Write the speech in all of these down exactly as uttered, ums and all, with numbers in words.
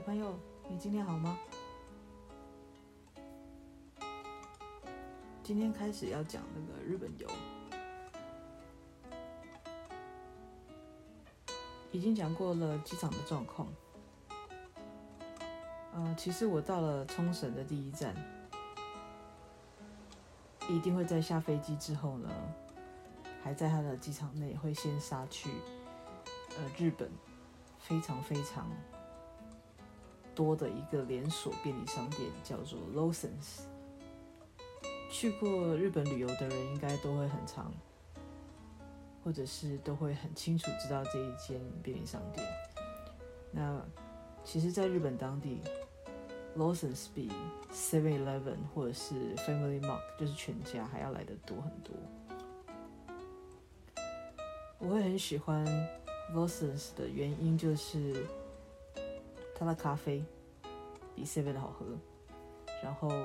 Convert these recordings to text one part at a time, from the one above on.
朋友，你今天好吗？今天开始要讲那个日本游，已经讲过了机场的状况。呃，其实我到了冲绳的第一站，一定会在下飞机之后呢，还在他的机场内会先杀去呃日本非常非常多的一个连锁便利商店，叫做 Lawson's。去过日本旅游的人应该都会很常，或者是都会很清楚知道这一间便利商店。那其实在日本当地 Lawson's 比 seven eleven 或者是 Family Mart 就是全家还要来得多很多。我会很喜欢 Lawson's 的原因就是它的咖啡比 seven 好喝，然后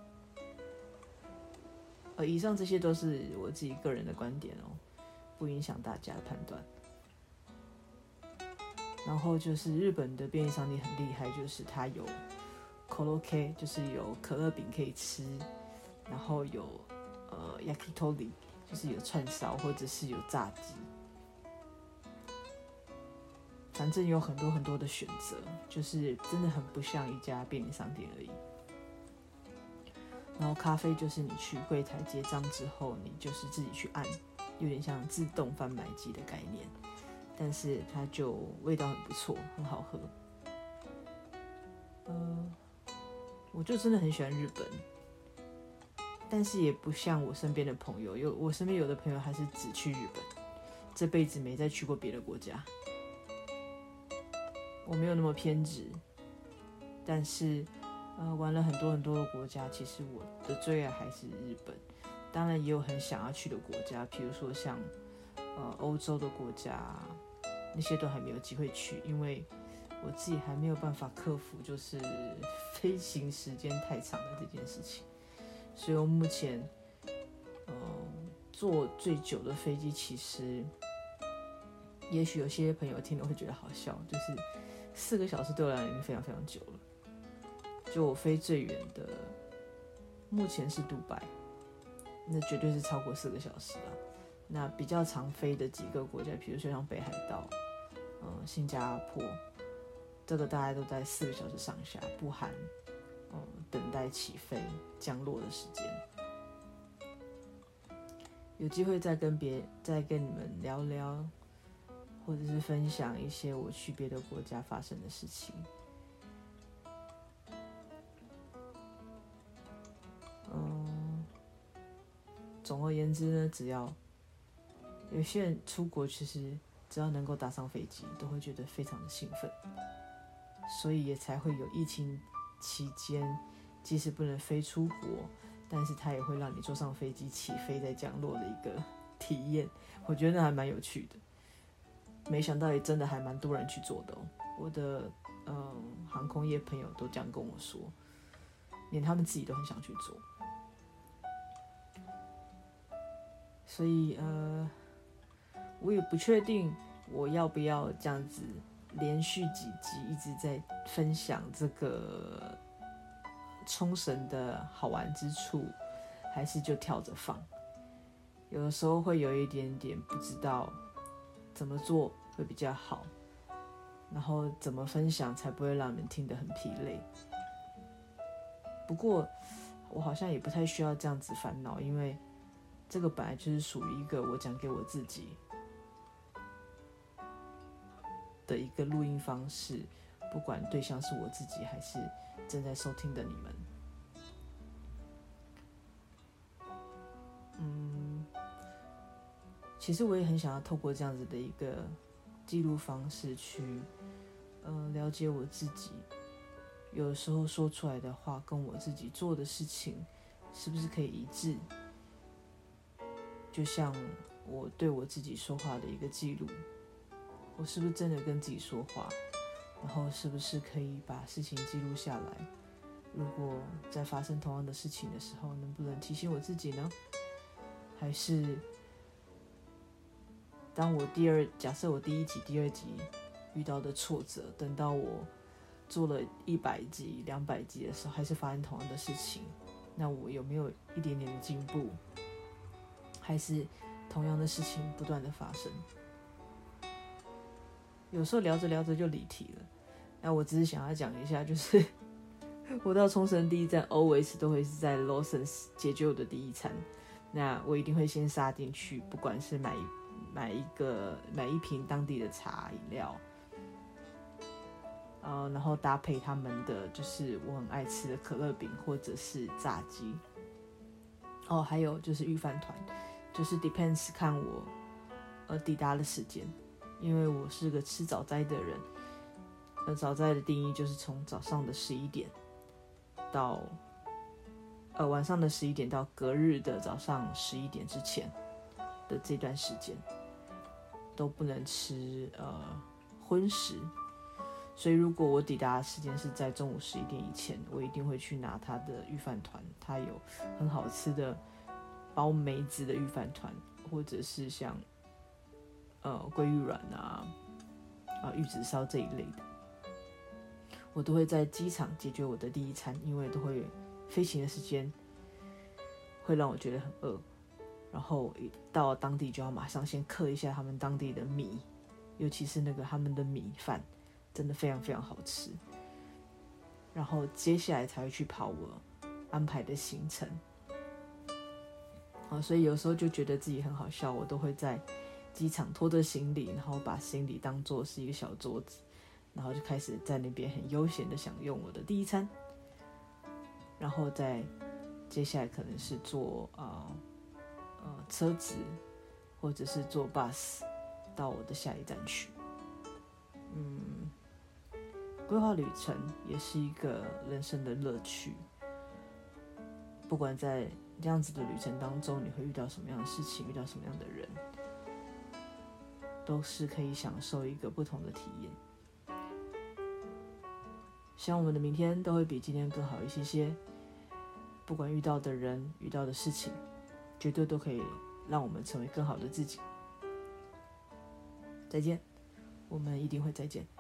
呃，以上这些都是我自己个人的观点哦，不影响大家的判断。然后就是日本的便利商店很厉害，就是它有 koroke， 就是有可乐饼可以吃，然后有呃 yakitori， 就是有串烧或者是有炸鸡，反正有很多很多的选择，就是真的很不像一家便利商店而已。然后咖啡就是你去柜台结账之后，你就是自己去按，有点像自动贩卖机的概念，但是它就味道很不错，很好喝。呃，我就真的很喜欢日本，但是也不像我身边的朋友，有我身边有的朋友还是只去日本，这辈子没再去过别的国家。我没有那么偏执，但是呃，玩了很多很多的国家，其实我的最爱还是日本。当然也有很想要去的国家，比如说像呃欧洲的国家，那些都还没有机会去，因为我自己还没有办法克服就是飞行时间太长的这件事情。所以我目前呃坐最久的飞机，其实也许有些朋友听了会觉得好笑，就是四个小时对我来讲已经非常非常久了。就我飞最远的，目前是杜拜，那绝对是超过四个小时了。那比较常飞的几个国家，比如说像北海道、嗯、新加坡，这个大概都在四个小时上下，不含、嗯、等待起飞、降落的时间。有机会再跟别再跟你们聊聊，或者是分享一些我去别的国家发生的事情。嗯，总而言之呢，只要有些人出国，其实只要能够搭上飞机，都会觉得非常的兴奋，所以也才会有疫情期间，即使不能飞出国，但是它也会让你坐上飞机起飞再降落的一个体验。我觉得那还蛮有趣的，没想到也真的还蛮多人去做的哦。我的嗯航空业朋友都这样跟我说，连他们自己都很想去做。所以呃，我也不确定我要不要这样子连续几集一直在分享这个冲绳的好玩之处，还是就跳着放。有的时候会有一点点不知道怎么做会比较好，然后怎么分享才不会让你们听得很疲累。不过我好像也不太需要这样子烦恼，因为这个本来就是属于一个我讲给我自己的一个录音方式，不管对象是我自己还是正在收听的你们。嗯，其实我也很想要透过这样子的一个记录方式去呃了解我自己，有的时候说出来的话跟我自己做的事情是不是可以一致，就像我对我自己说话的一个记录，我是不是真的跟自己说话，然后是不是可以把事情记录下来，如果在发生同样的事情的时候，能不能提醒我自己呢？还是当我第二假设我第一集第二集遇到的挫折，等到我做了一百集、两百集的时候，还是发生同样的事情，那我有没有一点点的进步？还是同样的事情不断的发生？有时候聊着聊着就离题了。那我只是想要讲一下，就是我到冲绳第一站 always 都会是在 Lawson's 解决我的第一餐。那我一定会先杀进去，不管是买买一个买一瓶当地的茶饮料，呃，然后搭配他们的就是我很爱吃的可乐饼或者是炸鸡。哦，还有就是御饭团，就是 depends 看我呃抵达的时间，因为我是个吃早斋的人。呃，早斋的定义就是从早上的十一点到呃晚上的十一点到隔日的早上十一点之前的这段时间都不能吃呃荤食，所以如果我抵达的时间是在中午十一点以前，我一定会去拿它的御饭团，它有很好吃的包梅子的御饭团，或者是像呃鲑鱼卵啊啊玉子烧这一类的，我都会在机场解决我的第一餐，因为都会飞行的时间会让我觉得很饿，然后一到了当地就要马上先嗑一下他们当地的米，尤其是那个他们的米饭真的非常非常好吃，然后接下来才会去跑我安排的行程。好，所以有时候就觉得自己很好笑，我都会在机场拖着行李，然后把行李当作是一个小桌子，然后就开始在那边很悠闲的享用我的第一餐，然后再接下来可能是坐呃呃车子或者是坐 bus 到我的下一站去。嗯，规划旅程也是一个人生的乐趣，不管在这样子的旅程当中，你会遇到什么样的事情，遇到什么样的人，都是可以享受一个不同的体验。希望我们的明天都会比今天更好一些些，不管遇到的人，遇到的事情，绝对都可以让我们成为更好的自己。再见，我们一定会再见。